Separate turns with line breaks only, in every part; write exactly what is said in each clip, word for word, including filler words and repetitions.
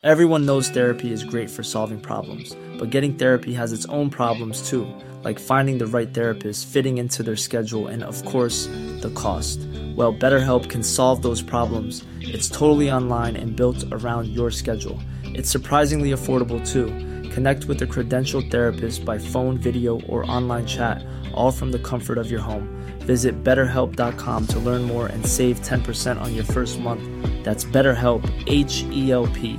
Everyone knows therapy is great for solving problems, but getting therapy has its own problems too, like finding the right therapist, fitting into their schedule, and of course, the cost. Well, BetterHelp can solve those problems. It's totally online and built around your schedule. It's surprisingly affordable too. Connect with a credentialed therapist by phone, video, or online chat, all from the comfort of your home. Visit better help dot com to learn more and save ten percent on your first month. That's BetterHelp, H E L P.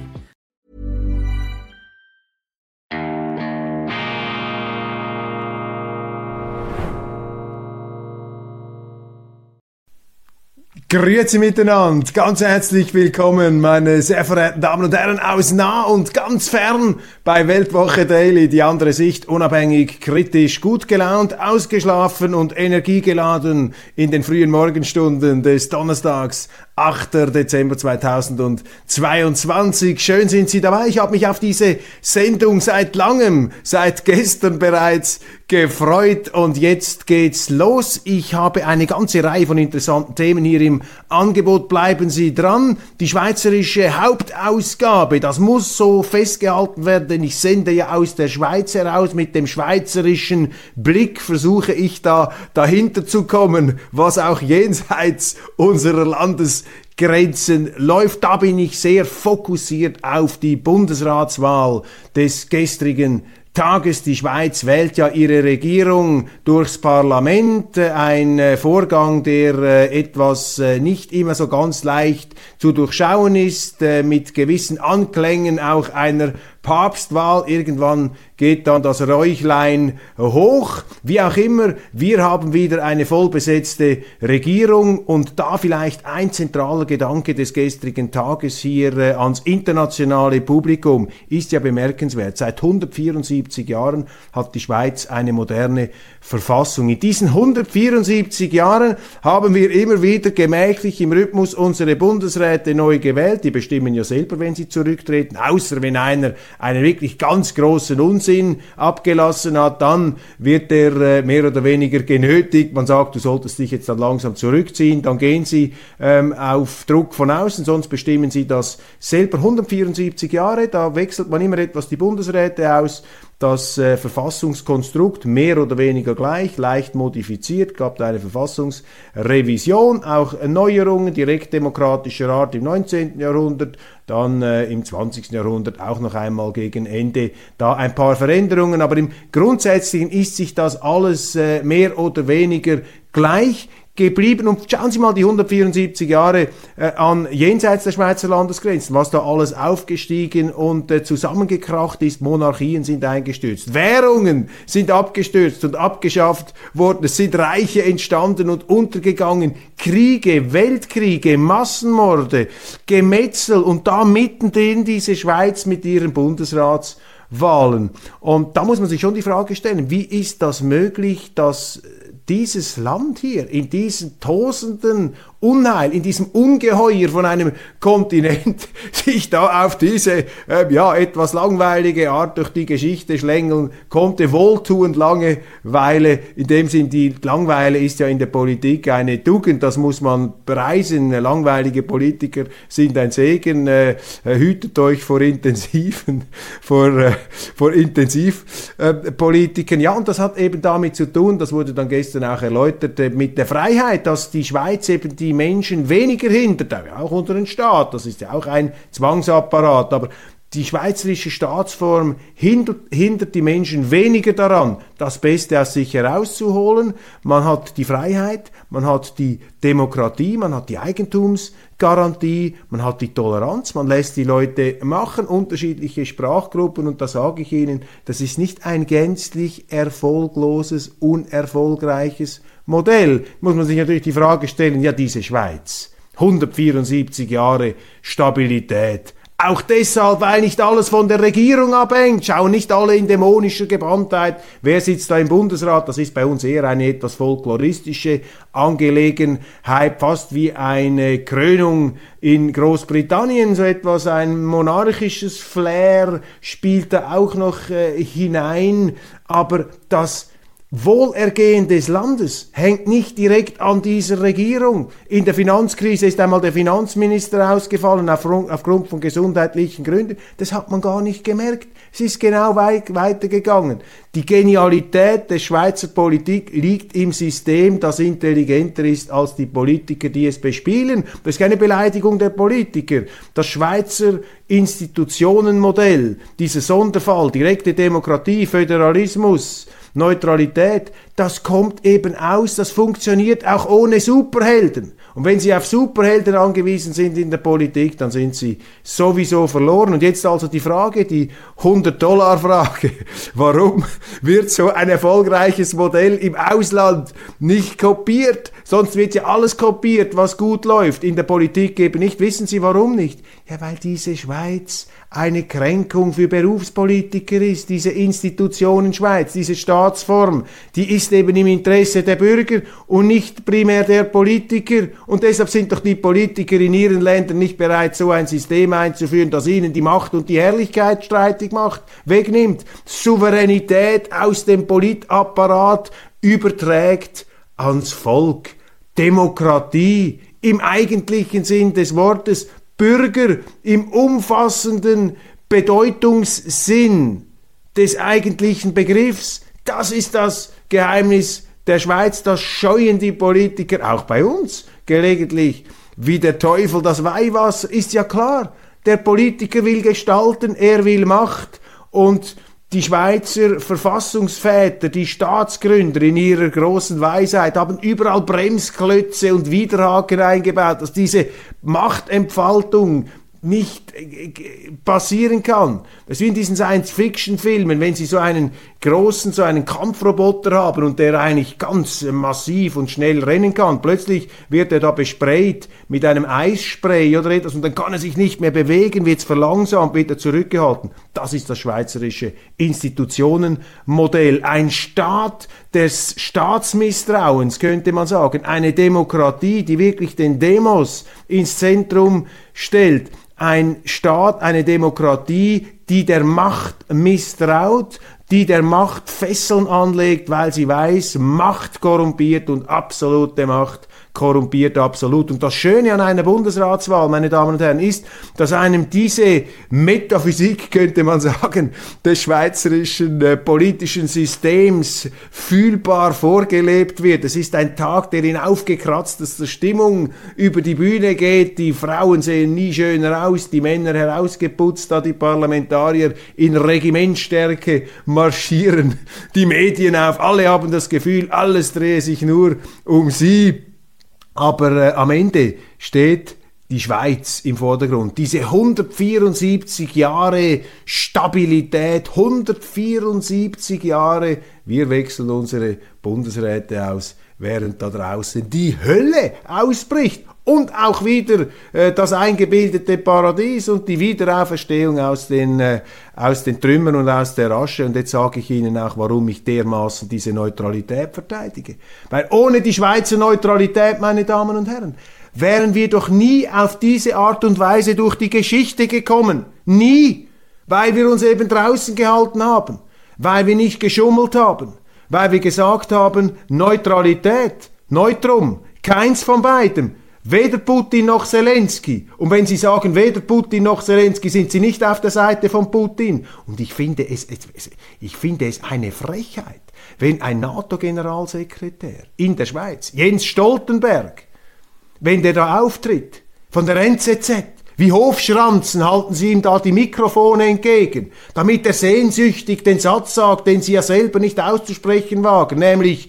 Grüezi miteinander, ganz herzlich willkommen, meine sehr verehrten Damen und Herren aus nah und ganz fern bei Weltwoche Daily, die andere Sicht, unabhängig, kritisch, gut gelaunt, ausgeschlafen und energiegeladen in den frühen Morgenstunden des Donnerstags, achter Dezember zweitausendzweiundzwanzig. Schön sind Sie dabei. Ich habe mich auf diese Sendung seit langem, seit gestern bereits gefreut und jetzt geht's los. Ich habe eine ganze Reihe von interessanten Themen hier im Angebot. Bleiben Sie dran. Die schweizerische Hauptausgabe, das muss so festgehalten werden, denn ich sende ja aus der Schweiz heraus. Mit dem schweizerischen Blick versuche ich da dahinter zu kommen, was auch jenseits unserer Landes Grenzen läuft. Da bin ich sehr fokussiert auf die Bundesratswahl des gestrigen Tages. Die Schweiz wählt ja ihre Regierung durchs Parlament. Ein äh, Vorgang, der äh, etwas äh, nicht immer so ganz leicht zu durchschauen ist, äh, mit gewissen Anklängen auch einer Papstwahl. Irgendwann geht dann das Räuchlein hoch. Wie auch immer, wir haben wieder eine vollbesetzte Regierung und da vielleicht ein zentraler Gedanke des gestrigen Tages hier äh, ans internationale Publikum ist ja bemerkenswert. Seit hundertvierundsiebzig Jahren hat die Schweiz eine moderne Verfassung. In diesen hundertvierundsiebzig Jahren haben wir immer wieder gemächlich im Rhythmus unsere Bundesräte neu gewählt. Die bestimmen ja selber, wenn sie zurücktreten, außer wenn einer einen wirklich ganz großen Unsinn abgelassen hat, dann wird er äh, mehr oder weniger genötigt. Man sagt, du solltest dich jetzt dann langsam zurückziehen, dann gehen sie ähm, auf Druck von außen, sonst bestimmen sie das selber. hundertvierundsiebzig Jahre, da wechselt man immer etwas die Bundesräte aus. Das äh, Verfassungskonstrukt mehr oder weniger gleich, leicht modifiziert, gab da eine Verfassungsrevision, auch Neuerungen direktdemokratischer Art im neunzehnten Jahrhundert, dann äh, im zwanzigsten Jahrhundert auch noch einmal gegen Ende da ein paar Veränderungen, aber im Grundsätzlichen ist sich das alles äh, mehr oder weniger gleich geblieben. Und schauen Sie mal die hundertvierundsiebzig Jahre äh, an jenseits der Schweizer Landesgrenzen, was da alles aufgestiegen und äh, zusammengekracht ist. Monarchien sind eingestürzt, Währungen sind abgestürzt und abgeschafft worden, es sind Reiche entstanden und untergegangen, Kriege, Weltkriege, Massenmorde, Gemetzel und da mittendrin diese Schweiz mit ihren Bundesratswahlen. Und da muss man sich schon die Frage stellen, wie ist das möglich, dass dieses Land hier in diesem tosenden Unheil, in diesem Ungeheuer von einem Kontinent sich da auf diese äh, ja etwas langweilige Art durch die Geschichte schlängeln konnte, wohltuend Langeweile. In dem Sinn, die Langeweile ist ja in der Politik eine Tugend, das muss man preisen. Langweilige Politiker sind ein Segen. Äh, hütet euch vor intensiven, vor, äh, vor Intensivpolitikern. Äh, ja, und das hat eben damit zu tun, das wurde dann gestern auch erläutert, äh, mit der Freiheit, dass die Schweiz eben die Menschen weniger hindert, auch unter den Staat, das ist ja auch ein Zwangsapparat, aber die schweizerische Staatsform hindert, hindert die Menschen weniger daran, das Beste aus sich herauszuholen. Man hat die Freiheit, man hat die Demokratie, man hat die Eigentumsgarantie, man hat die Toleranz, man lässt die Leute machen, unterschiedliche Sprachgruppen, und da sage ich Ihnen, das ist nicht ein gänzlich erfolgloses, unerfolgreiches Modell. Muss man sich natürlich die Frage stellen, ja, diese Schweiz, hundertvierundsiebzig Jahre Stabilität, auch deshalb, weil nicht alles von der Regierung abhängt. Schauen nicht alle in dämonischer Gewandtheit. Wer sitzt da im Bundesrat? Das ist bei uns eher eine etwas folkloristische Angelegenheit, fast wie eine Krönung in Großbritannien. So etwas, ein monarchisches Flair spielt da auch noch äh, hinein. Aber das Wohlergehen des Landes hängt nicht direkt an dieser Regierung. In der Finanzkrise ist einmal der Finanzminister ausgefallen aufgrund von gesundheitlichen Gründen. Das hat man gar nicht gemerkt. Es ist genau weit, weitergegangen. Die Genialität der Schweizer Politik liegt im System, das intelligenter ist als die Politiker, die es bespielen. Das ist keine Beleidigung der Politiker. Das Schweizer Institutionenmodell, dieser Sonderfall, direkte Demokratie, Föderalismus, Neutralität, das kommt eben aus, das funktioniert auch ohne Superhelden. Und wenn Sie auf Superhelden angewiesen sind in der Politik, dann sind Sie sowieso verloren. Und jetzt also die Frage, die hundert-Dollar-Frage. Warum wird so ein erfolgreiches Modell im Ausland nicht kopiert? Sonst wird ja alles kopiert, was gut läuft. In der Politik eben nicht. Wissen Sie warum nicht? Ja, weil diese Schweiz eine Kränkung für Berufspolitiker ist. Diese Institutionen-Schweiz, diese Staatsform, die ist eben im Interesse der Bürger und nicht primär der Politiker. Und deshalb sind doch die Politiker in ihren Ländern nicht bereit, so ein System einzuführen, das ihnen die Macht und die Herrlichkeit streitig macht, wegnimmt, Souveränität aus dem Politapparat überträgt ans Volk. Demokratie im eigentlichen Sinn des Wortes, Bürger im umfassenden Bedeutungssinn des eigentlichen Begriffs. Das ist das Geheimnis der Schweiz, das scheuen die Politiker, auch bei uns, gelegentlich wie der Teufel das Weihwasser. Ist ja klar, der Politiker will gestalten, er will Macht, und die Schweizer Verfassungsväter, die Staatsgründer in ihrer großen Weisheit haben überall Bremsklötze und Widerhaken eingebaut, dass diese Machtentfaltung nicht passieren kann. Das ist wie in diesen Science-Fiction-Filmen, wenn sie so einen großen, so einen Kampfroboter haben und der eigentlich ganz massiv und schnell rennen kann. Plötzlich wird er da besprayt mit einem Eisspray oder etwas und dann kann er sich nicht mehr bewegen, wird verlangsamt, wird er zurückgehalten. Das ist das schweizerische Institutionenmodell. Ein Staat des Staatsmisstrauens, könnte man sagen. Eine Demokratie, die wirklich den Demos ins Zentrum stellt. Ein Staat, eine Demokratie, die der Macht misstraut, die der Macht Fesseln anlegt, weil sie weiß, Macht korrumpiert und absolute Macht korrumpiert absolut. Und das Schöne an einer Bundesratswahl, meine Damen und Herren, ist, dass einem diese Metaphysik, könnte man sagen, des schweizerischen äh, politischen Systems fühlbar vorgelebt wird. Es ist ein Tag, der in aufgekratztester Stimmung über die Bühne geht. Die Frauen sehen nie schöner aus, die Männer herausgeputzt, da die Parlamentarier in Regimentstärke marschieren, die Medien auf. Alle haben das Gefühl, alles drehe sich nur um sie. Aber äh, am Ende steht die Schweiz im Vordergrund. Diese hundertvierundsiebzig Jahre Stabilität, hundertvierundsiebzig Jahre, wir wechseln unsere Bundesräte aus, während da draußen die Hölle ausbricht. Und auch wieder äh, das eingebildete Paradies und die Wiederauferstehung aus den, äh, aus den Trümmern und aus der Asche. Und jetzt sage ich Ihnen auch, warum ich dermaßen diese Neutralität verteidige. Weil ohne die Schweizer Neutralität, meine Damen und Herren, wären wir doch nie auf diese Art und Weise durch die Geschichte gekommen. Nie. Weil wir uns eben draußen gehalten haben. Weil wir nicht geschummelt haben. Weil wir gesagt haben, Neutralität, Neutrum, keins von beidem. Weder Putin noch Zelensky. Und wenn Sie sagen, weder Putin noch Zelensky, sind Sie nicht auf der Seite von Putin. Und ich finde es, ich finde es eine Frechheit, wenn ein NATO-Generalsekretär in der Schweiz, Jens Stoltenberg, wenn der da auftritt, von der N Z Z, wie Hofschranzen halten Sie ihm da die Mikrofone entgegen, damit er sehnsüchtig den Satz sagt, den Sie ja selber nicht auszusprechen wagen, nämlich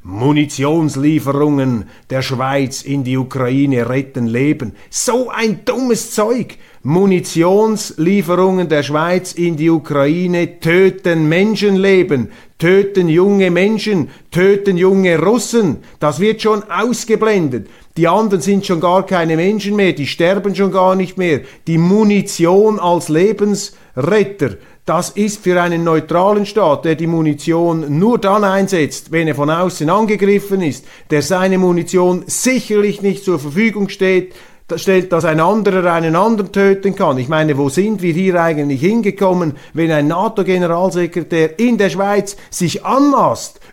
Munitionslieferungen der Schweiz in die Ukraine retten Leben. So ein dummes Zeug. Munitionslieferungen der Schweiz in die Ukraine töten Menschenleben, töten junge Menschen, töten junge Russen. Das wird schon ausgeblendet. Die anderen sind schon gar keine Menschen mehr, die sterben schon gar nicht mehr. Die Munition als Lebensretter, das ist für einen neutralen Staat, der die Munition nur dann einsetzt, wenn er von außen angegriffen ist, der seine Munition sicherlich nicht zur Verfügung steht, stellt, dass ein anderer einen anderen töten kann. Ich meine, wo sind wir hier eigentlich hingekommen, wenn ein NATO-Generalsekretär in der Schweiz sich anmaßt,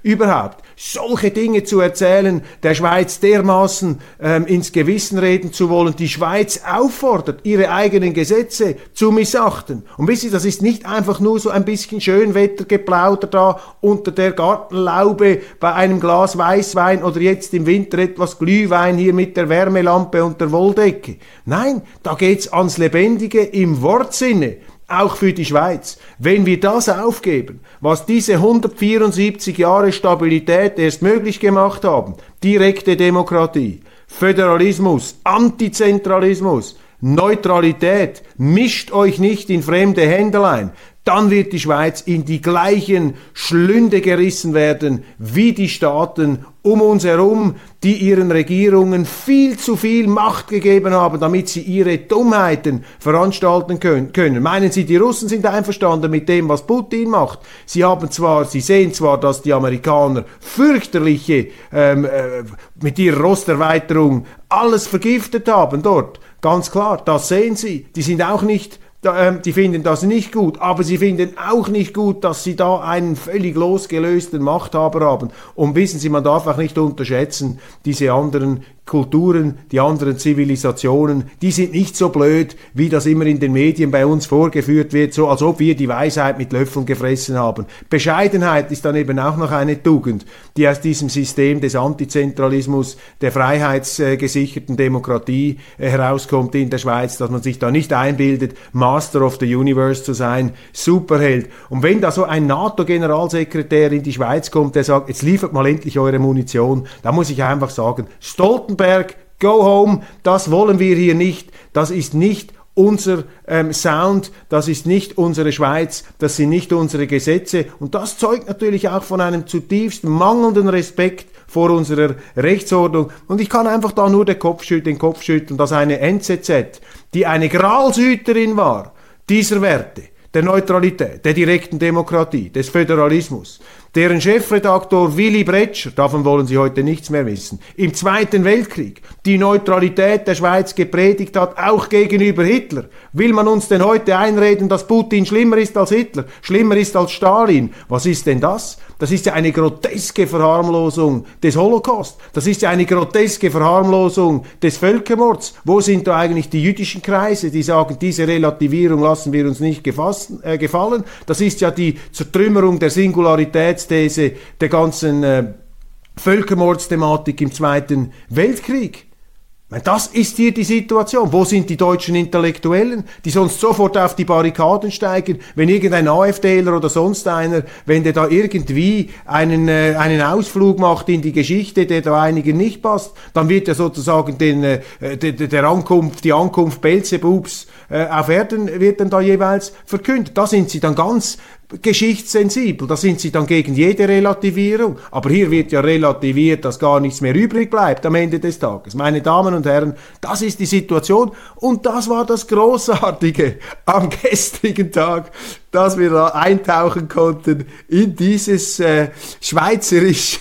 überhaupt, solche Dinge zu erzählen, der Schweiz dermaßen ähm, ins Gewissen reden zu wollen, die Schweiz auffordert, ihre eigenen Gesetze zu missachten. Und wissen Sie, das ist nicht einfach nur so ein bisschen Schönwettergeplauder da unter der Gartenlaube bei einem Glas Weißwein oder jetzt im Winter etwas Glühwein hier mit der Wärmelampe und der Wolldecke. Nein, da geht's ans Lebendige im Wortsinne. Auch für die Schweiz. Wenn wir das aufgeben, was diese hundertvierundsiebzig Jahre Stabilität erst möglich gemacht haben, direkte Demokratie, Föderalismus, Antizentralismus, Neutralität, mischt euch nicht in fremde Händelein, dann wird die Schweiz in die gleichen Schlünde gerissen werden wie die Staaten um uns herum, die ihren Regierungen viel zu viel Macht gegeben haben, damit sie ihre Dummheiten veranstalten können. Meinen Sie, die Russen sind einverstanden mit dem, was Putin macht? Sie haben zwar, sie sehen zwar, dass die Amerikaner fürchterliche, ähm, äh, mit ihrer Osterweiterung alles vergiftet haben dort. Ganz klar, das sehen sie. Die sind auch nicht Die finden das nicht gut, aber sie finden auch nicht gut, dass sie da einen völlig losgelösten Machthaber haben. Und wissen Sie, man darf auch nicht unterschätzen, diese anderen Kulturen, die anderen Zivilisationen, die sind nicht so blöd, wie das immer in den Medien bei uns vorgeführt wird, so als ob wir die Weisheit mit Löffeln gefressen haben. Bescheidenheit ist dann eben auch noch eine Tugend, die aus diesem System des Antizentralismus, der freiheitsgesicherten Demokratie äh, herauskommt in der Schweiz, dass man sich da nicht einbildet, Master of the Universe zu sein, Superheld. Und wenn da so ein NATO-Generalsekretär in die Schweiz kommt, der sagt, jetzt liefert mal endlich eure Munition, da muss ich einfach sagen, Stoltenberg, go home, das wollen wir hier nicht, das ist nicht unser ähm, Sound, das ist nicht unsere Schweiz, das sind nicht unsere Gesetze und das zeugt natürlich auch von einem zutiefst mangelnden Respekt vor unserer Rechtsordnung und ich kann einfach da nur den Kopf schütteln, den Kopf schütteln, dass eine N Z Z, die eine Gralshüterin war, dieser Werte, der Neutralität, der direkten Demokratie, des Föderalismus, deren Chefredaktor Willy Bretscher, davon wollen Sie heute nichts mehr wissen, im Zweiten Weltkrieg die Neutralität der Schweiz gepredigt hat, auch gegenüber Hitler. Will man uns denn heute einreden, dass Putin schlimmer ist als Hitler, schlimmer ist als Stalin? Was ist denn das? Das ist ja eine groteske Verharmlosung des Holocaust. Das ist ja eine groteske Verharmlosung des Völkermords. Wo sind da eigentlich die jüdischen Kreise, die sagen, diese Relativierung lassen wir uns nicht gefassen, äh, gefallen? Das ist ja die Zertrümmerung der Singularitätsthese der ganzen äh, Völkermordsthematik im Zweiten Weltkrieg. Das ist hier die Situation. Wo sind die deutschen Intellektuellen, die sonst sofort auf die Barrikaden steigen, wenn irgendein AfDler oder sonst einer, wenn der da irgendwie einen, äh, einen Ausflug macht in die Geschichte, der da einigen nicht passt, dann wird ja sozusagen den, äh, der, der Ankunft, die Ankunft Beelzebubs äh, auf Erden wird dann da jeweils verkündet. Da sind sie dann ganz geschichtssensibel, da sind sie dann gegen jede Relativierung. Aber hier wird ja relativiert, dass gar nichts mehr übrig bleibt am Ende des Tages. Meine Damen und Herren, das ist die Situation und das war das Großartige am gestrigen Tag, dass wir da eintauchen konnten in dieses äh, schweizerisch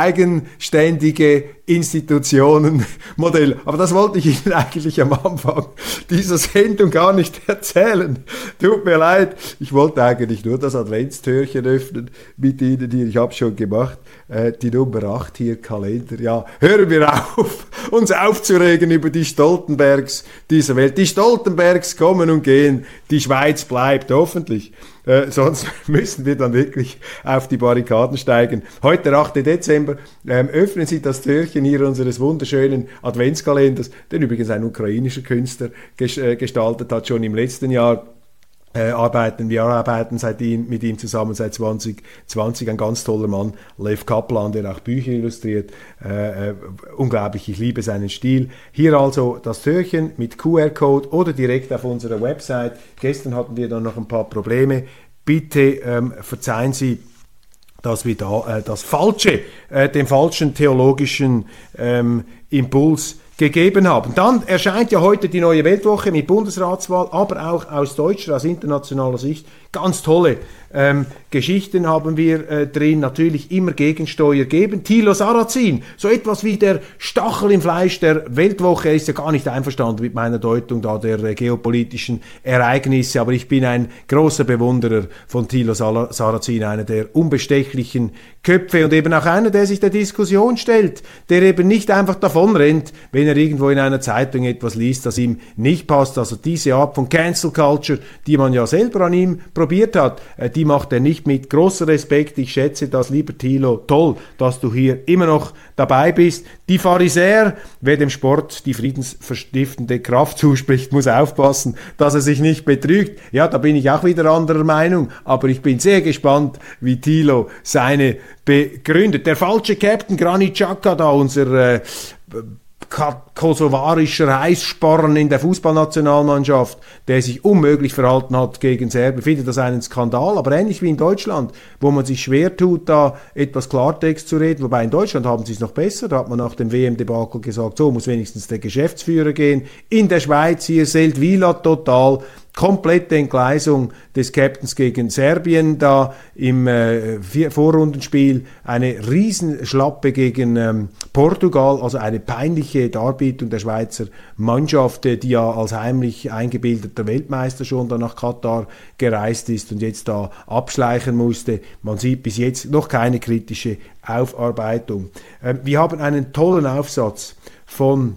eigenständige Institutionenmodell. Aber das wollte ich Ihnen eigentlich am Anfang dieser Sendung gar nicht erzählen. Tut mir leid, ich wollte eigentlich nur das Adventstürchen öffnen mit Ihnen hier. Ich habe schon gemacht, äh, die Nummer acht hier, Kalender. Ja, hören wir auf, uns aufzuregen über die Stoltenbergs dieser Welt. Die Stoltenbergs kommen und gehen, die Schweiz bleibt hoffentlich. Äh, sonst müssen wir dann wirklich auf die Barrikaden steigen. Heute, der achte Dezember, ähm, öffnen Sie das Türchen hier unseres wunderschönen Adventskalenders, den übrigens ein ukrainischer Künstler ges- äh, gestaltet hat, schon im letzten Jahr. Äh, arbeiten, wir arbeiten seit ihm, mit ihm zusammen seit zwanzig zwanzig, ein ganz toller Mann, Lev Kaplan, der auch Bücher illustriert, äh, äh, unglaublich, ich liebe seinen Stil. Hier also das Türchen mit Q R-Code oder direkt auf unserer Website. Gestern hatten wir dann noch ein paar Probleme, bitte ähm, verzeihen Sie, dass wir da äh, das falsche, äh, den falschen theologischen ähm, Impuls gegeben haben. Dann erscheint ja heute die neue Weltwoche mit Bundesratswahl, aber auch aus deutscher, aus internationaler Sicht ganz tolle ähm, Geschichten haben wir äh, drin, natürlich immer Gegensteuer geben. Thilo Sarrazin, so etwas wie der Stachel im Fleisch der Weltwoche, er ist ja gar nicht einverstanden mit meiner Deutung da der äh, geopolitischen Ereignisse, aber ich bin ein großer Bewunderer von Thilo Sarrazin, einer der unbestechlichen Köpfe und eben auch einer, der sich der Diskussion stellt, der eben nicht einfach davonrennt, wenn er irgendwo in einer Zeitung etwas liest, das ihm nicht passt. Also diese Art von Cancel Culture, die man ja selber an ihm probiert hat, äh, die macht er nicht mit. Großer Respekt, ich schätze das, lieber Thilo, toll, dass du hier immer noch dabei bist. Die Pharisäer, wer dem Sport die friedensverstiftende Kraft zuspricht, muss aufpassen, dass er sich nicht betrügt. Ja, da bin ich auch wieder anderer Meinung, aber ich bin sehr gespannt, wie Thilo seine begründet. Der falsche Captain Granit Xhaka da, unser äh, kosovarischer Heißsporn in der Fußballnationalmannschaft, der sich unmöglich verhalten hat gegen Serbien. Ich finde das einen Skandal, aber ähnlich wie in Deutschland, wo man sich schwer tut, da etwas Klartext zu reden, wobei in Deutschland haben sie es noch besser, da hat man nach dem W M-Debakel gesagt, so muss wenigstens der Geschäftsführer gehen. In der Schweiz hier Seldwyla total, komplette Entgleisung des Captains gegen Serbien, da im äh, Vorrundenspiel eine Riesenschlappe gegen ähm, Portugal, also eine peinliche Darbietung der Schweizer Mannschaft, die ja als heimlich eingebildeter Weltmeister schon dann nach Katar gereist ist und jetzt da abschleichen musste. Man sieht bis jetzt noch keine kritische Aufarbeitung. Ähm, wir haben einen tollen Aufsatz von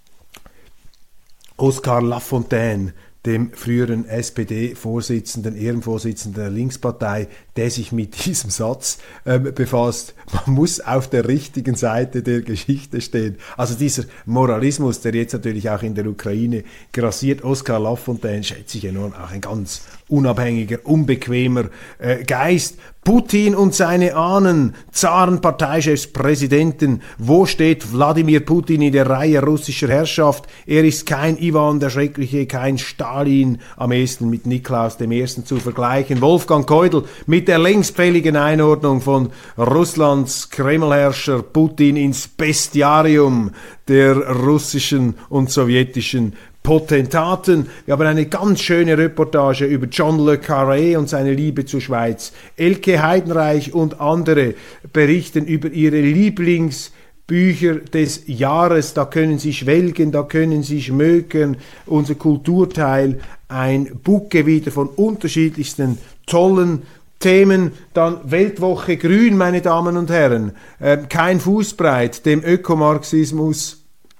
Oskar Lafontaine, dem früheren S P D-Vorsitzenden, Ehrenvorsitzenden der Linkspartei, der sich mit diesem Satz ähm, befasst. Man muss auf der richtigen Seite der Geschichte stehen. Also dieser Moralismus, der jetzt natürlich auch in der Ukraine grassiert. Oskar Lafontaine, schätze ich enorm, auch ein ganz unabhängiger, unbequemer äh, Geist. Putin und seine Ahnen, Zaren, Parteichefs, Präsidenten. Wo steht Wladimir Putin in der Reihe russischer Herrschaft? Er ist kein Iwan der Schreckliche, kein Stalin, am ehesten mit Niklaus dem Ersten zu vergleichen. Wolfgang Keudel mit der längstfälligen Einordnung von Russlands Kremlherrscher Putin ins Bestiarium der russischen und sowjetischen Potentaten. Wir haben eine ganz schöne Reportage über John le Carré und seine Liebe zur Schweiz. Elke Heidenreich und andere berichten über ihre Lieblingsbücher des Jahres. Da können Sie schwelgen, da können Sie schmökern. Unser Kulturteil, ein Bouquet wieder von unterschiedlichsten tollen Themen. Dann Weltwoche Grün, meine Damen und Herren. Ähm, kein Fußbreit dem Ökomarxismus.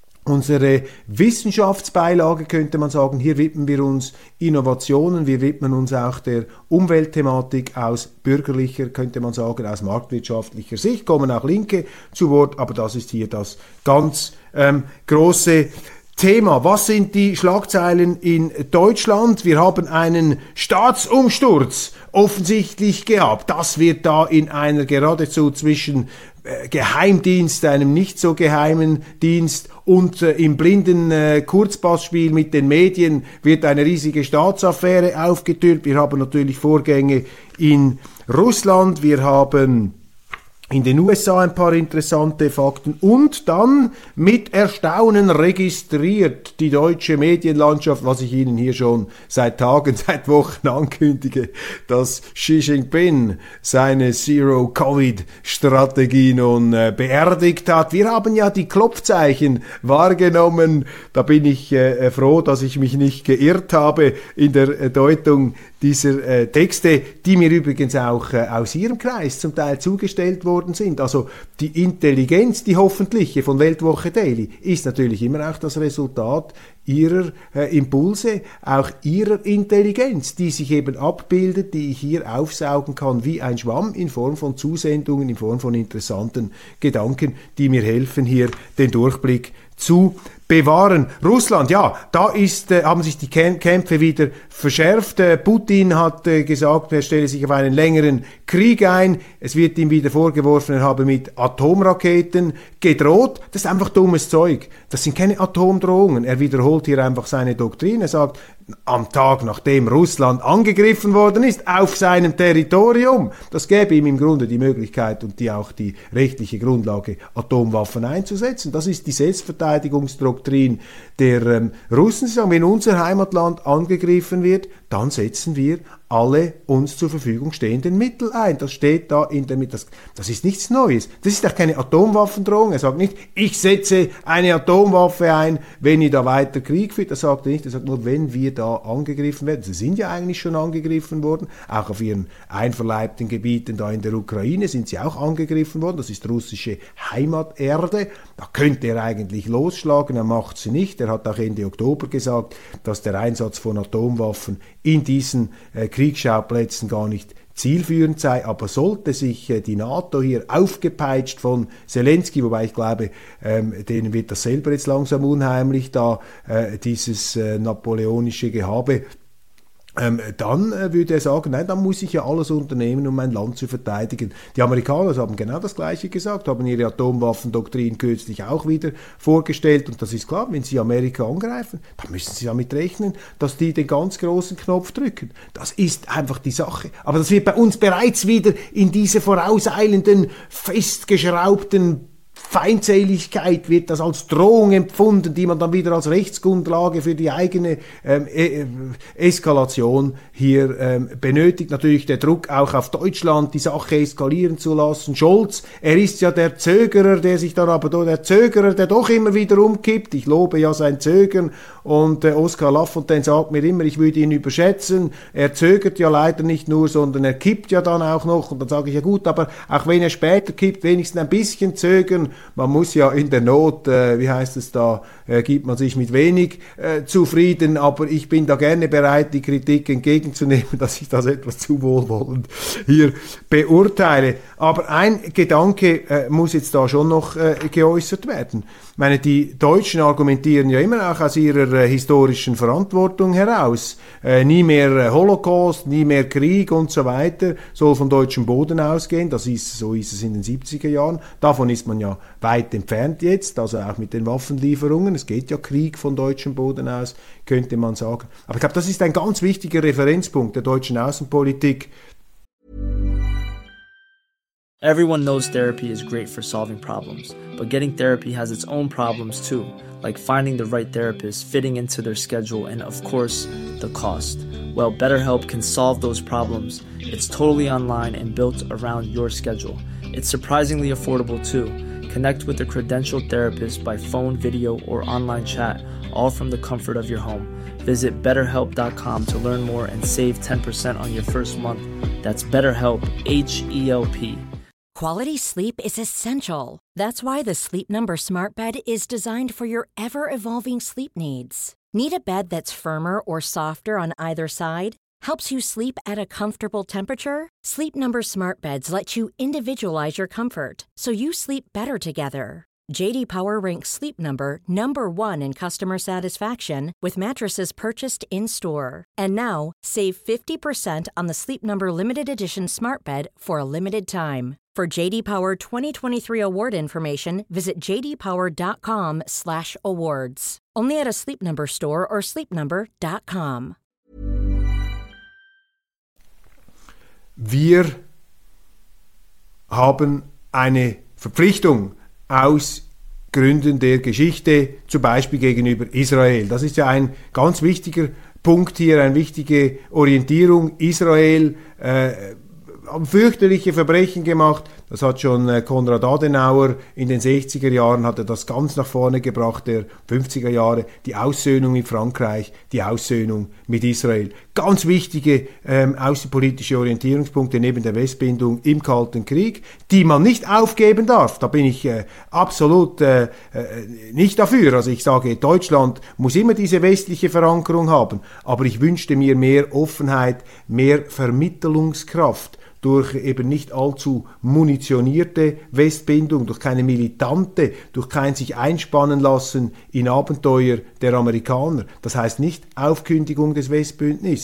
Unsere Wissenschaftsbeilage, könnte man sagen, hier widmen wir uns Innovationen, wir widmen uns auch der Umweltthematik aus bürgerlicher, könnte man sagen, aus marktwirtschaftlicher Sicht, kommen auch Linke zu Wort, aber das ist hier das ganz ähm, große Thema. Was sind die Schlagzeilen in Deutschland? Wir haben einen Staatsumsturz offensichtlich gehabt. Das wird da in einer geradezu zwischen äh, Geheimdienst, einem nicht so geheimen Dienst und äh, im blinden äh, Kurzpassspiel mit den Medien wird eine riesige Staatsaffäre aufgetürmt. Wir haben natürlich Vorgänge in Russland, wir haben in den U S A ein paar interessante Fakten und dann mit Erstaunen registriert die deutsche Medienlandschaft, was ich Ihnen hier schon seit Tagen, seit Wochen ankündige, dass Xi Jinping seine Zero-Covid-Strategie nun äh, beerdigt hat. Wir haben ja die Klopfzeichen wahrgenommen. Da bin ich äh, froh, dass ich mich nicht geirrt habe in der äh, Deutung dieser äh, Texte, die mir übrigens auch äh, aus Ihrem Kreis zum Teil zugestellt worden sind. Also die Intelligenz, die hoffentliche von Weltwoche Daily, ist natürlich immer auch das Resultat Ihrer äh, Impulse, auch Ihrer Intelligenz, die sich eben abbildet, die ich hier aufsaugen kann wie ein Schwamm in Form von Zusendungen, in Form von interessanten Gedanken, die mir helfen, hier den Durchblick zu bewahren. Russland, ja, da ist, äh, haben sich die Kämpfe wieder verschärft. Äh, Putin hat äh, gesagt, er stelle sich auf einen längeren Krieg ein. Es wird ihm wieder vorgeworfen, er habe mit Atomraketen gedroht. Das ist einfach dummes Zeug. Das sind keine Atomdrohungen. Er wiederholt hier einfach seine Doktrin. Er sagt, am Tag, nachdem Russland angegriffen worden ist, auf seinem Territorium. Das gäbe ihm im Grunde die Möglichkeit und die auch die rechtliche Grundlage, Atomwaffen einzusetzen. Das ist die Selbstverteidigungsdoktrin der ähm, Russen. Sie sagen, wenn unser Heimatland angegriffen wird, dann setzen wir alle uns zur Verfügung stehenden Mittel ein. Das steht da in der Mitte. Das, das ist nichts Neues. Das ist auch keine Atomwaffendrohung. Er sagt nicht, ich setze eine Atomwaffe ein, wenn ihr da weiter Krieg führt. Das sagt er nicht. Er sagt nur, wenn wir da angegriffen werden. Sie sind ja eigentlich schon angegriffen worden. Auch auf ihren einverleibten Gebieten da in der Ukraine sind sie auch angegriffen worden. Das ist russische Heimaterde. Da könnte er eigentlich losschlagen. Er macht sie nicht. Er hat auch Ende Oktober gesagt, dass der Einsatz von Atomwaffen in diesen äh, Kriegsschauplätzen gar nicht zielführend sei, aber sollte sich äh, die NATO hier aufgepeitscht von Zelensky, wobei ich glaube, ähm, denen wird das selber jetzt langsam unheimlich, da äh, dieses äh, napoleonische Gehabe, Ähm, dann äh, würde er sagen, nein, dann muss ich ja alles unternehmen, um mein Land zu verteidigen. Die Amerikaner haben genau das Gleiche gesagt, haben ihre Atomwaffendoktrin kürzlich auch wieder vorgestellt. Und das ist klar, wenn sie Amerika angreifen, dann müssen sie damit rechnen, dass die den ganz großen Knopf drücken. Das ist einfach die Sache. Aber das wird bei uns bereits wieder in diese vorauseilenden, festgeschraubten Feindseligkeit wird das als Drohung empfunden, die man dann wieder als Rechtsgrundlage für die eigene ähm, e Eskalation hier ähm, benötigt. Natürlich der Druck auch auf Deutschland, die Sache eskalieren zu lassen. Scholz, er ist ja der Zögerer, der sich dann aber, der Zögerer, der doch immer wieder umkippt. Ich lobe ja sein Zögern und äh, Oskar Lafontaine sagt mir immer, ich würde ihn überschätzen. Er zögert ja leider nicht nur, sondern er kippt ja dann auch noch. Und dann sage ich, ja gut, aber auch wenn er später kippt, wenigstens ein bisschen zögern. Man muss ja in der Not, äh, wie heißt es da, äh, gibt man sich mit wenig äh, zufrieden, aber ich bin da gerne bereit, die Kritik entgegenzunehmen, dass ich das etwas zu wohlwollend hier beurteile. Aber ein Gedanke äh, muss jetzt da schon noch äh, geäußert werden. Ich meine, die Deutschen argumentieren ja immer auch aus ihrer äh, historischen Verantwortung heraus. Äh, nie mehr äh, Holocaust, nie mehr Krieg und so weiter, soll vom deutschen Boden ausgehen. Das ist, so ist es in den siebziger Jahren. Davon ist man ja weit entfernt jetzt, also auch mit den Waffenlieferungen. Es geht ja Krieg von deutschem Boden aus, könnte man sagen. Aber ich glaube, das ist ein ganz wichtiger Referenzpunkt der deutschen Außenpolitik.
Everyone knows therapy is great for solving problems, but getting therapy has its own problems too, like finding the right therapist, fitting into their schedule, and of course, the cost. Well, BetterHelp can solve those problems. It's totally online and built around your schedule. It's surprisingly affordable too. Connect with a credentialed therapist by phone, video, or online chat, all from the comfort of your home. Visit better help dot com to learn more and save ten percent on your first month. That's BetterHelp, H E L P.
Quality sleep is essential. That's why the Sleep Number Smart Bed is designed for your ever-evolving sleep needs. Need a bed that's firmer or softer on either side? Helps you sleep at a comfortable temperature? Sleep Number Smart Beds let you individualize your comfort, so you sleep better together. J D Power ranks Sleep Number number one in customer satisfaction with mattresses purchased in-store. And now, save fifty percent on the Sleep Number Limited Edition Smart Bed for a limited time. For J D Power twenty twenty-three award information, visit j d power dot com slash awards. Only at a Sleep Number store or sleep number dot com.
Wir haben eine Verpflichtung aus Gründen der Geschichte, zum Beispiel gegenüber Israel. Das ist ja ein ganz wichtiger Punkt hier, eine wichtige Orientierung. Israel äh, haben fürchterliche Verbrechen gemacht. Das hat schon äh, Konrad Adenauer in den sechziger Jahren, hat er das ganz nach vorne gebracht, der fünfziger Jahre, die Aussöhnung mit Frankreich, die Aussöhnung mit Israel. Ganz wichtige ähm, außenpolitische Orientierungspunkte neben der Westbindung im Kalten Krieg, die man nicht aufgeben darf. Da bin ich äh, absolut äh, äh, nicht dafür. Also ich sage, Deutschland muss immer diese westliche Verankerung haben, aber ich wünschte mir mehr Offenheit, mehr Vermittlungskraft durch eben nicht allzu munitionierte Westbindung, durch keine militante, durch kein sich einspannen lassen in Abenteuer der Amerikaner. Das heißt nicht Aufkündigung des Westbündnisses.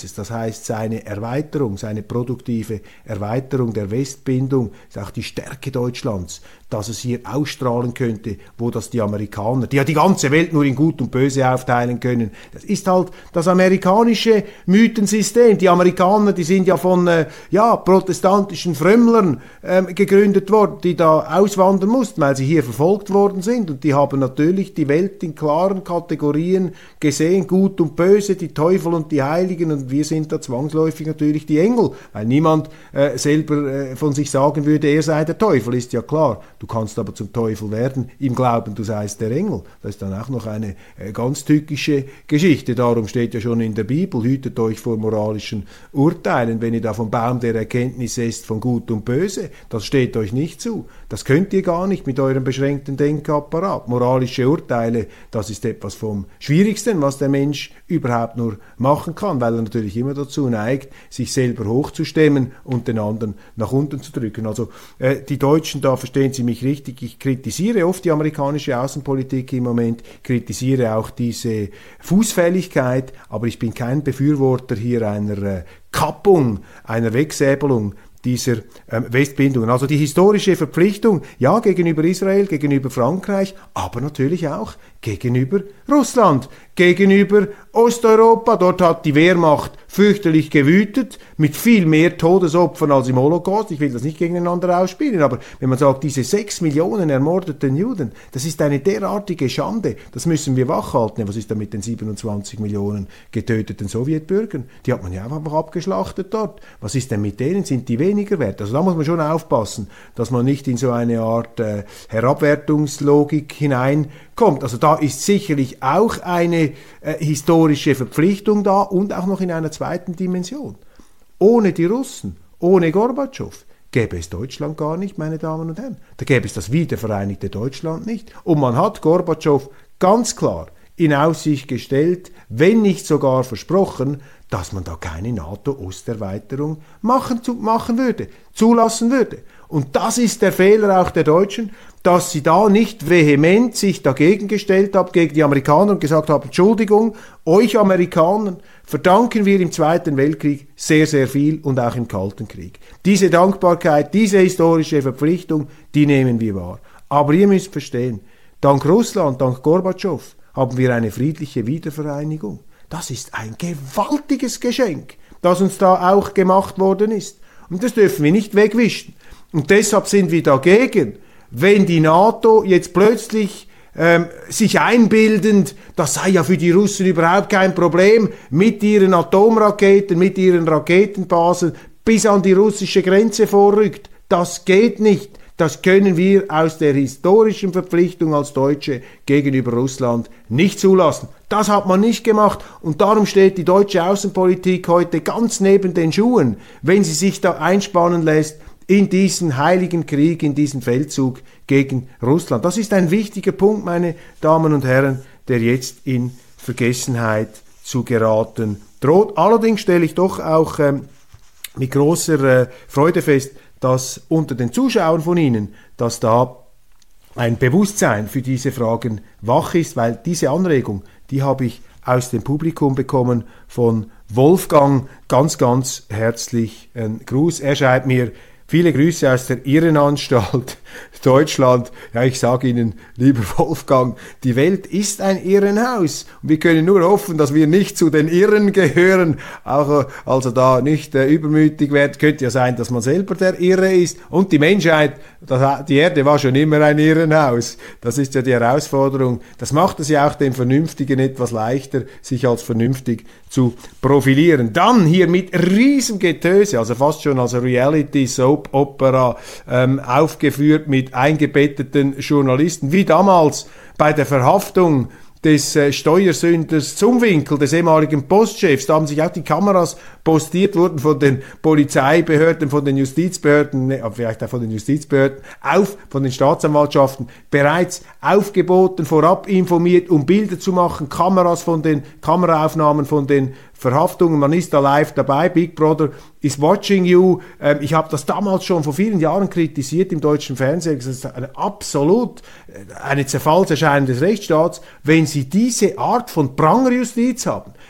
Geheimnisses, das heißt seine Erweiterung, seine produktive Erweiterung der Westbindung, ist auch die Stärke Deutschlands, dass es hier ausstrahlen könnte, wo das die Amerikaner, die ja die ganze Welt nur in Gut und Böse aufteilen können, das ist halt das amerikanische Mythensystem. Die Amerikaner, die sind ja von äh, ja, protestantischen Frömmlern ähm, gegründet worden, die da auswandern mussten, weil sie hier verfolgt worden sind, und die haben natürlich die Welt in klaren Kategorien gesehen, Gut und Böse, die Teufel und die Heiligen, und wir sind da zwangsläufig natürlich die Engel, weil niemand äh, selber äh, von sich sagen würde, er sei der Teufel, ist ja klar. Du kannst aber zum Teufel werden, im Glauben, du seist der Engel. Das ist dann auch noch eine äh, ganz tückische Geschichte. Darum steht ja schon in der Bibel, hütet euch vor moralischen Urteilen, wenn ihr da vom Baum der Erkenntnis esst von Gut und Böse. Das steht euch nicht zu. Das könnt ihr gar nicht mit eurem beschränkten Denkapparat. Moralische Urteile, das ist etwas vom Schwierigsten, was der Mensch überhaupt nur machen kann, weil er natürlich immer dazu neigt, sich selber hochzustemmen und den anderen nach unten zu drücken. Also äh, die Deutschen, da verstehen Sie mich richtig, ich kritisiere oft die amerikanische Außenpolitik im Moment, kritisiere auch diese Fußfälligkeit, aber ich bin kein Befürworter hier einer äh, Kappung, einer Wegsäbelung dieser ähm, Westbindungen. Also die historische Verpflichtung, ja, gegenüber Israel, gegenüber Frankreich, aber natürlich auch gegenüber Russland, gegenüber Osteuropa. Dort hat die Wehrmacht fürchterlich gewütet, mit viel mehr Todesopfern als im Holocaust. Ich will das nicht gegeneinander ausspielen, aber wenn man sagt, diese sechs Millionen ermordeten Juden, das ist eine derartige Schande, das müssen wir wachhalten. Was ist da mit den siebenundzwanzig Millionen getöteten Sowjetbürgern? Die hat man ja einfach abgeschlachtet dort. Was ist denn mit denen? Sind die weniger wert? Also da muss man schon aufpassen, dass man nicht in so eine Art äh, Herabwertungslogik hineinkommt. Also da ist sicherlich auch eine äh, historische Verpflichtung da, und auch noch in einer zweiten Dimension. Ohne die Russen, ohne Gorbatschow, gäbe es Deutschland gar nicht, meine Damen und Herren. Da gäbe es das wiedervereinigte Deutschland nicht. Und man hat Gorbatschow ganz klar in Aussicht gestellt, wenn nicht sogar versprochen, dass man da keine NATO-Osterweiterung machen, zu, machen würde, zulassen würde. Und das ist der Fehler auch der Deutschen, dass sie da nicht vehement sich dagegen gestellt haben, gegen die Amerikaner, und gesagt haben, Entschuldigung, euch Amerikanern verdanken wir im Zweiten Weltkrieg sehr, sehr viel, und auch im Kalten Krieg. Diese Dankbarkeit, diese historische Verpflichtung, die nehmen wir wahr. Aber ihr müsst verstehen, dank Russland, dank Gorbatschow haben wir eine friedliche Wiedervereinigung. Das ist ein gewaltiges Geschenk, das uns da auch gemacht worden ist. Und das dürfen wir nicht wegwischen. Und deshalb sind wir dagegen, wenn die NATO jetzt plötzlich ähm, sich einbildend, das sei ja für die Russen überhaupt kein Problem, mit ihren Atomraketen, mit ihren Raketenbasen bis an die russische Grenze vorrückt. Das geht nicht. Das können wir aus der historischen Verpflichtung als Deutsche gegenüber Russland nicht zulassen. Das hat man nicht gemacht, und darum steht die deutsche Außenpolitik heute ganz neben den Schuhen, wenn sie sich da einspannen lässt in diesen heiligen Krieg, in diesen Feldzug gegen Russland. Das ist ein wichtiger Punkt, meine Damen und Herren, der jetzt in Vergessenheit zu geraten droht. Allerdings stelle ich doch auch ähm, mit großer äh, Freude fest, dass unter den Zuschauern von Ihnen, dass da ein Bewusstsein für diese Fragen wach ist, weil diese Anregung, die habe ich aus dem Publikum bekommen von Wolfgang. Ganz, ganz herzlichen Gruß. Er schreibt mir: Viele Grüße aus der Irrenanstalt Deutschland. Ja, ich sage Ihnen, lieber Wolfgang, die Welt ist ein Irrenhaus. Und wir können nur hoffen, dass wir nicht zu den Irren gehören. Auch, also da nicht äh, übermütig werden. Könnte ja sein, dass man selber der Irre ist. Und die Menschheit, das, die Erde war schon immer ein Irrenhaus. Das ist ja die Herausforderung. Das macht es ja auch den Vernünftigen etwas leichter, sich als vernünftig zu profilieren. Dann hier mit Riesengetöse, also fast schon als Reality-Soap-Opera ähm, aufgeführt mit eingebetteten Journalisten, wie damals bei der Verhaftung des äh, Steuersünders Zumwinkel, des ehemaligen Postchefs. Da haben sich auch die Kameras postiert, wurden von den Polizeibehörden, von den Justizbehörden, ne, vielleicht auch von den Justizbehörden, auf, von den Staatsanwaltschaften bereits aufgeboten, vorab informiert, um Bilder zu machen, Kameras von den, Kameraaufnahmen von den Verhaftungen, man ist da live dabei, Big Brother is watching you. Ähm, ich habe das damals schon vor vielen Jahren kritisiert im deutschen Fernsehen. Das ist eine absolut eine Zerfallserscheinung des Rechtsstaats, wenn Sie diese Art von Prangerjustiz haben,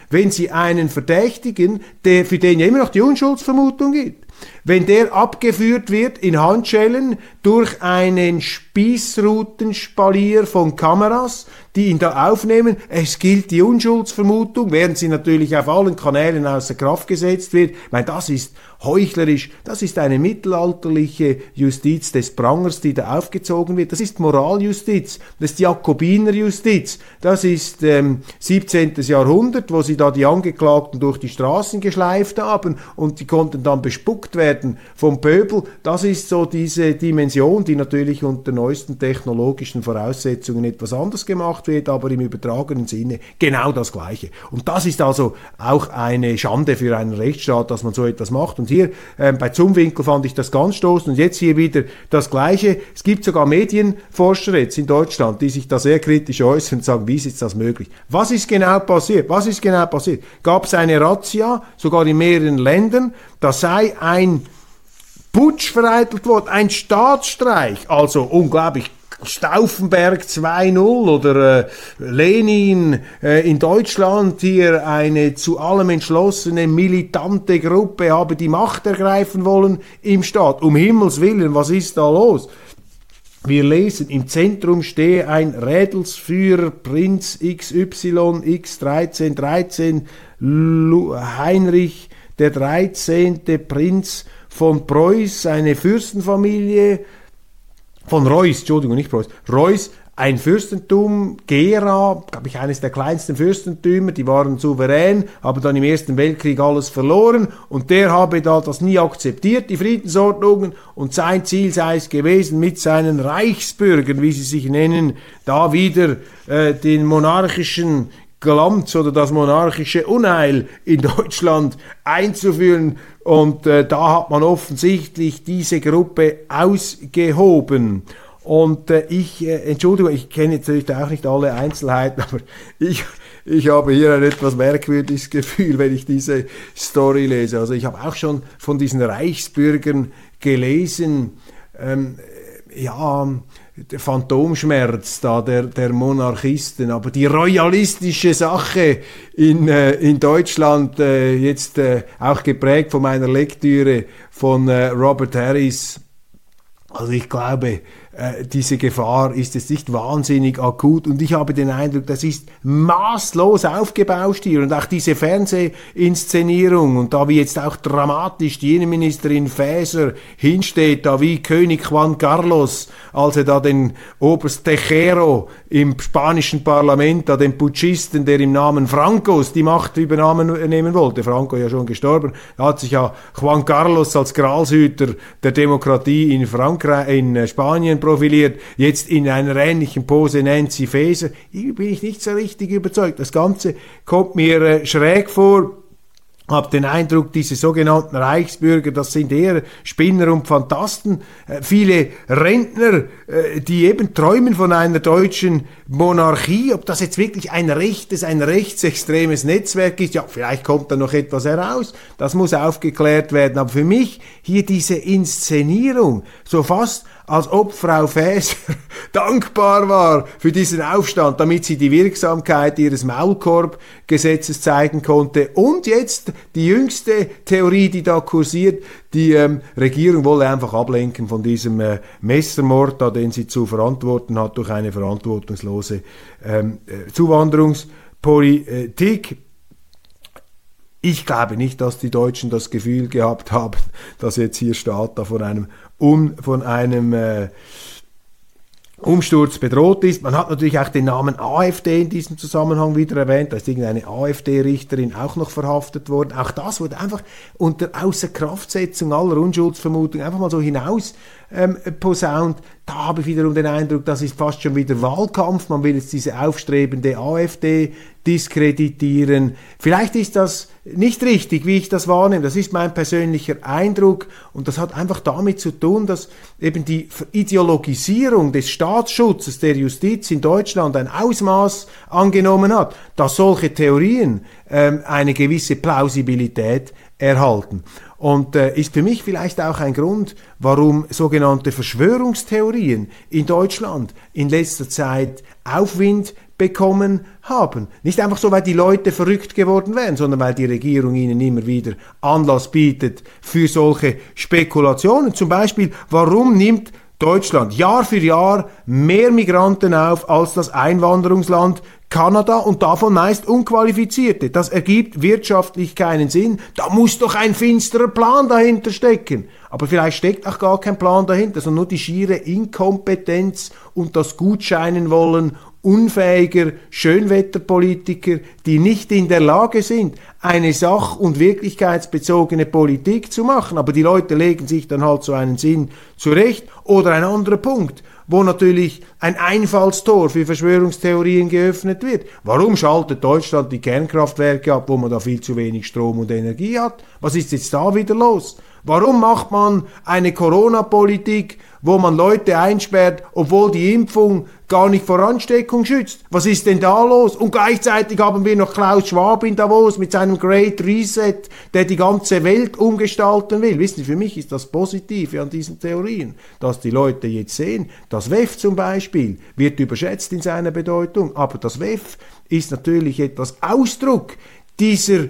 wenn Sie einen Verdächtigen, der, für den ja immer noch die Unschuldsvermutung gilt, wenn der abgeführt wird in Handschellen durch einen Spießrutenspalier von Kameras, die ihn da aufnehmen, es gilt die Unschuldsvermutung, während sie natürlich auf allen Kanälen außer Kraft gesetzt wird. Ich meine, das ist heuchlerisch, das ist eine mittelalterliche Justiz des Prangers, die da aufgezogen wird. Das ist Moraljustiz, das ist Jakobinerjustiz, das ist ähm, siebzehnten. Jahrhundert, wo sie da die Angeklagten durch die Straßen geschleift haben und die konnten dann bespuckt werden vom Pöbel. Das ist so diese Dimension, die natürlich unter neuesten technologischen Voraussetzungen etwas anders gemacht wird, aber im übertragenen Sinne genau das Gleiche. Und das ist also auch eine Schande für einen Rechtsstaat, dass man so etwas macht. Und hier äh, bei Zumwinkel fand ich das ganz stoßend und jetzt hier wieder das Gleiche. Es gibt sogar Medienforscher jetzt in Deutschland, die sich da sehr kritisch äußern und sagen, wie ist jetzt das möglich? Was ist genau passiert? Was ist genau passiert? Gab es eine Razzia, sogar in mehreren Ländern, da sei ein Putsch vereitelt worden, ein Staatsstreich, also unglaublich, Stauffenberg zwei null oder äh, Lenin äh, in Deutschland, hier eine zu allem entschlossene militante Gruppe habe die Macht ergreifen wollen im Staat. Um Himmels Willen, was ist da los? Wir lesen, im Zentrum stehe ein Rädelsführer, Prinz X Y X dreizehn dreizehn, Heinrich der dreizehnte. Prinz von Preuß, eine Fürstenfamilie, von Reuß, Entschuldigung, nicht Preuß, Reuß, ein Fürstentum, Gera, glaube ich, eines der kleinsten Fürstentümer, die waren souverän, haben dann im Ersten Weltkrieg alles verloren und der habe da das nie akzeptiert, die Friedensordnungen, und sein Ziel sei es gewesen, mit seinen Reichsbürgern, wie sie sich nennen, da wieder äh, den monarchischen Glanz oder das monarchische Unheil in Deutschland einzuführen. Und äh, da hat man offensichtlich diese Gruppe ausgehoben. Und äh, ich, äh, Entschuldigung, ich kenne jetzt natürlich auch nicht alle Einzelheiten, aber ich, ich habe hier ein etwas merkwürdiges Gefühl, wenn ich diese Story lese. Also ich habe auch schon von diesen Reichsbürgern gelesen, ähm, ja, der Phantomschmerz da der, der Monarchisten, aber die royalistische Sache in, äh, in Deutschland, äh, jetzt äh, auch geprägt von meiner Lektüre von äh, Robert Harris, also ich glaube, äh, diese Gefahr ist jetzt nicht wahnsinnig akut und ich habe den Eindruck, das ist maßlos aufgebauscht hier und auch diese Fernsehinszenierung und da wie jetzt auch dramatisch die Innenministerin Faeser hinsteht, da wie König Juan Carlos, als er da den Oberst Tejero im spanischen Parlament, da den Putschisten, der im Namen Francos die Macht übernehmen wollte, Franco ja schon gestorben, da hat sich ja Juan Carlos als Gralshüter der Demokratie in Frankreich, in Spanien profiliert, jetzt in einer ähnlichen Pose Nancy Faeser. Hier bin ich nicht so richtig überzeugt. Das Ganze kommt mir äh, schräg vor. Hab den Eindruck, diese sogenannten Reichsbürger, das sind eher Spinner und Phantasten. Äh, viele Rentner, äh, die eben träumen von einer deutschen Monarchie. Ob das jetzt wirklich ein rechtes, ein rechtsextremes Netzwerk ist, ja, vielleicht kommt da noch etwas heraus. Das muss aufgeklärt werden. Aber für mich hier diese Inszenierung, so fast als ob Frau Faeser dankbar war für diesen Aufstand, damit sie die Wirksamkeit ihres Maulkorbgesetzes zeigen konnte. Und jetzt die jüngste Theorie, die da kursiert, die ähm, Regierung wolle einfach ablenken von diesem äh, Messermord, da, den sie zu verantworten hat durch eine verantwortungslose ähm, äh, Zuwanderungspolitik. Ich glaube nicht, dass die Deutschen das Gefühl gehabt haben, dass jetzt hier Staat da von einem, um, von einem äh, Umsturz bedroht ist. Man hat natürlich auch den Namen AfD in diesem Zusammenhang wieder erwähnt. Da ist irgendeine AfD-Richterin auch noch verhaftet worden. Auch das wurde einfach unter Außerkraftsetzung aller Unschuldsvermutung einfach mal so hinaus ähm, posaunt. Da habe ich wiederum den Eindruck, das ist fast schon wieder Wahlkampf. Man will jetzt diese aufstrebende AfD diskreditieren. Vielleicht ist das nicht richtig, wie ich das wahrnehme. Das ist mein persönlicher Eindruck und das hat einfach damit zu tun, dass eben die Ideologisierung des Staatsschutzes der Justiz in Deutschland ein Ausmaß angenommen hat, dass solche Theorien ähm, eine gewisse Plausibilität erhalten. Und äh, ist für mich vielleicht auch ein Grund, warum sogenannte Verschwörungstheorien in Deutschland in letzter Zeit Aufwind bekommen haben. Nicht einfach so, weil die Leute verrückt geworden wären, sondern weil die Regierung ihnen immer wieder Anlass bietet für solche Spekulationen. Zum Beispiel, warum nimmt Deutschland Jahr für Jahr mehr Migranten auf als das Einwanderungsland Kanada und davon meist Unqualifizierte? Das ergibt wirtschaftlich keinen Sinn. Da muss doch ein finsterer Plan dahinter stecken. Aber vielleicht steckt auch gar kein Plan dahinter, sondern nur die schiere Inkompetenz und das Gutscheinen wollen unfähiger Schönwetterpolitiker, die nicht in der Lage sind, eine sach- und wirklichkeitsbezogene Politik zu machen. Aber die Leute legen sich dann halt so einen Sinn zurecht. Oder ein anderer Punkt, wo natürlich ein Einfallstor für Verschwörungstheorien geöffnet wird. Warum schaltet Deutschland die Kernkraftwerke ab, wo man da viel zu wenig Strom und Energie hat? Was ist jetzt da wieder los? Warum macht man eine Corona-Politik, wo man Leute einsperrt, obwohl die Impfung gar nicht vor Ansteckung schützt? Was ist denn da los? Und gleichzeitig haben wir noch Klaus Schwab in Davos mit seinem Great Reset, der die ganze Welt umgestalten will. Wissen Sie, für mich ist das Positive an diesen Theorien, dass die Leute jetzt sehen, das W E F zum Beispiel wird überschätzt in seiner Bedeutung, aber das W E F ist natürlich etwas Ausdruck dieser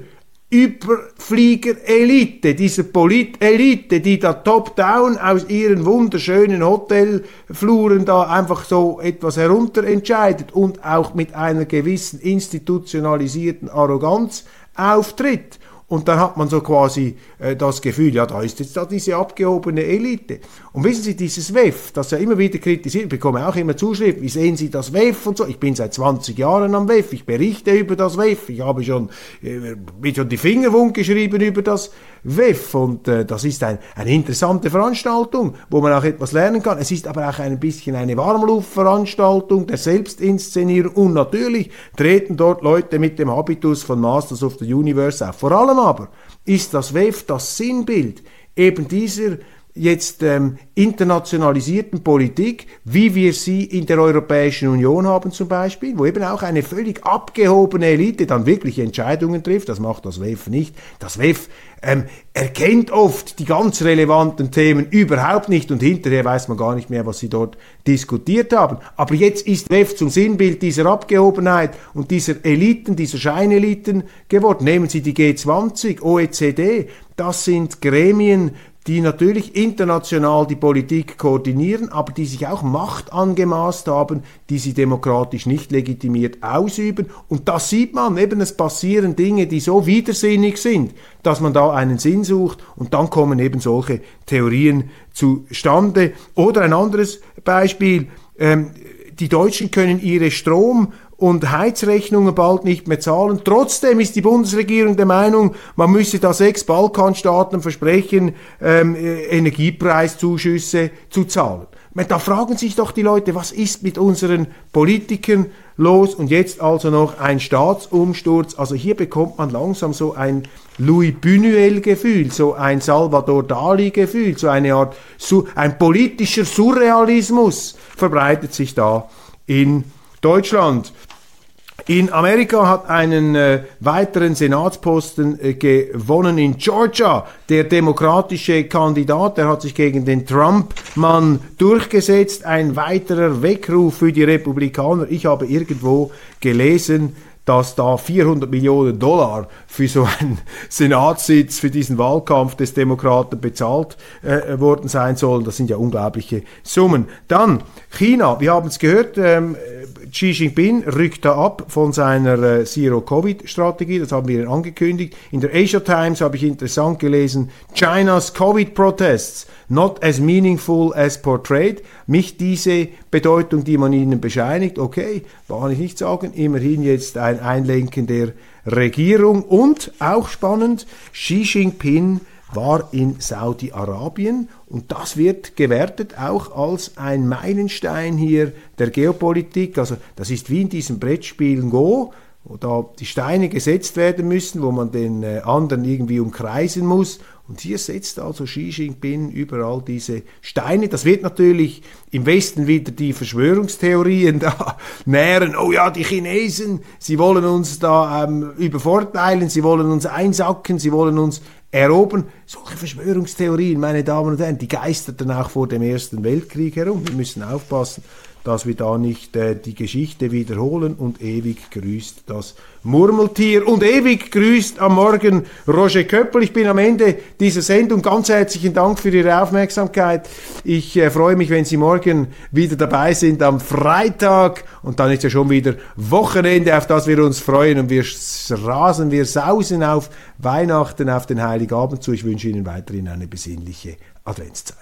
Überflieger-Elite, dieser Polit-Elite, die da top-down aus ihren wunderschönen Hotelfluren da einfach so etwas herunterentscheidet und auch mit einer gewissen institutionalisierten Arroganz auftritt. Und dann hat man so quasi äh, das Gefühl, ja, da ist jetzt da diese abgehobene Elite. Und wissen Sie, dieses W E F, das ja immer wieder kritisiert, ich bekomme auch immer Zuschriften, wie sehen Sie das W E F und so. Ich bin seit zwanzig Jahren am W E F, ich berichte über das W E F, ich habe schon, äh, bin schon die Finger wund geschrieben über das W E F. Und äh, das ist ein, eine interessante Veranstaltung, wo man auch etwas lernen kann. Es ist aber auch ein bisschen eine Warmluftveranstaltung der Selbstinszenierung. Und natürlich treten dort Leute mit dem Habitus von Masters of the Universe auf. Vor allem aber ist das W E F das Sinnbild eben dieser jetzt ähm, internationalisierten Politik, wie wir sie in der Europäischen Union haben zum Beispiel, wo eben auch eine völlig abgehobene Elite dann wirklich Entscheidungen trifft. Das macht das W E F nicht. Das W E F ähm, erkennt oft die ganz relevanten Themen überhaupt nicht und hinterher weiß man gar nicht mehr, was sie dort diskutiert haben. Aber jetzt ist W E F zum Sinnbild dieser Abgehobenheit und dieser Eliten, dieser Scheineliten geworden. Nehmen Sie die G zwanzig, O E C D, das sind Gremien, die natürlich international die Politik koordinieren, aber die sich auch Macht angemaßt haben, die sie demokratisch nicht legitimiert ausüben. Und das sieht man, eben es passieren Dinge, die so widersinnig sind, dass man da einen Sinn sucht und dann kommen eben solche Theorien zustande. Oder ein anderes Beispiel, ähm, die Deutschen können ihre Strom- und Heizrechnungen bald nicht mehr zahlen. Trotzdem ist die Bundesregierung der Meinung, man müsse da sechs Balkanstaaten versprechen, ähm, Energiepreiszuschüsse zu zahlen. Da fragen sich doch die Leute, was ist mit unseren Politikern los? Und jetzt also noch ein Staatsumsturz. Also hier bekommt man langsam so ein Louis Buñuel-Gefühl, so ein Salvador Dali-Gefühl, so eine Art, ein politischer Surrealismus verbreitet sich da in Deutschland. In Amerika hat einen äh, weiteren Senatsposten äh, gewonnen in Georgia. Der demokratische Kandidat, der hat sich gegen den Trump-Mann durchgesetzt. Ein weiterer Weckruf für die Republikaner. Ich habe irgendwo gelesen, dass da vierhundert Millionen Dollar für so einen Senatssitz, für diesen Wahlkampf des Demokraten bezahlt äh, worden sein sollen. Das sind ja unglaubliche Summen. Dann China, wir haben es gehört, ähm, Xi Jinping rückt da ab von seiner äh, Zero-Covid-Strategie, das haben wir angekündigt. In der Asia Times habe ich interessant gelesen, China's Covid-Protests, not as meaningful as portrayed. Nicht diese Bedeutung, die man ihnen bescheinigt. Okay, kann ich nicht sagen. Immerhin jetzt ein Einlenken der Regierung. Und auch spannend, Xi Jinping war in Saudi-Arabien und das wird gewertet auch als ein Meilenstein hier der Geopolitik. Also das ist wie in diesem Brettspiel Go, wo da die Steine gesetzt werden müssen, wo man den äh, anderen irgendwie umkreisen muss. Und hier setzt also Xi Jinping überall diese Steine. Das wird natürlich im Westen wieder die Verschwörungstheorien da nähren. Oh ja, die Chinesen, sie wollen uns da ähm, übervorteilen, sie wollen uns einsacken, sie wollen uns erobern. Solche Verschwörungstheorien, meine Damen und Herren, die geisterten auch vor dem Ersten Weltkrieg herum. Wir müssen aufpassen, dass wir da nicht äh, die Geschichte wiederholen. Und ewig grüßt das Murmeltier. Und ewig grüßt am Morgen Roger Köppel. Ich bin am Ende dieser Sendung. Ganz herzlichen Dank für Ihre Aufmerksamkeit. Ich äh, freue mich, wenn Sie morgen wieder dabei sind am Freitag. Und dann ist ja schon wieder Wochenende, auf das wir uns freuen. Und wir rasen, wir sausen auf Weihnachten, auf den Heiligabend zu. Ich wünsche Ihnen weiterhin eine besinnliche Adventszeit.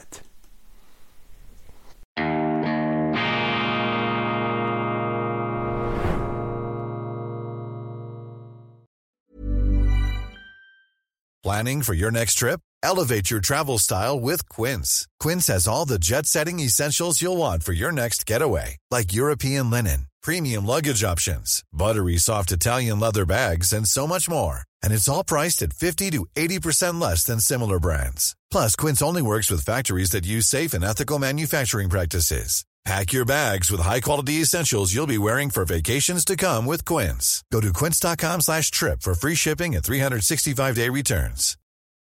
Planning for your next trip? Elevate your travel style with Quince. Quince has all the jet-setting essentials you'll want for your next getaway, like European linen, premium luggage options, buttery soft Italian leather bags, and so much more. And it's all priced at fifty to eighty percent less than similar brands. Plus, Quince only works with factories that use safe and ethical manufacturing practices. Pack your bags with high-quality essentials you'll be wearing for vacations to come with Quince. Go to quince dot com slash trip for free shipping and three sixty-five day returns.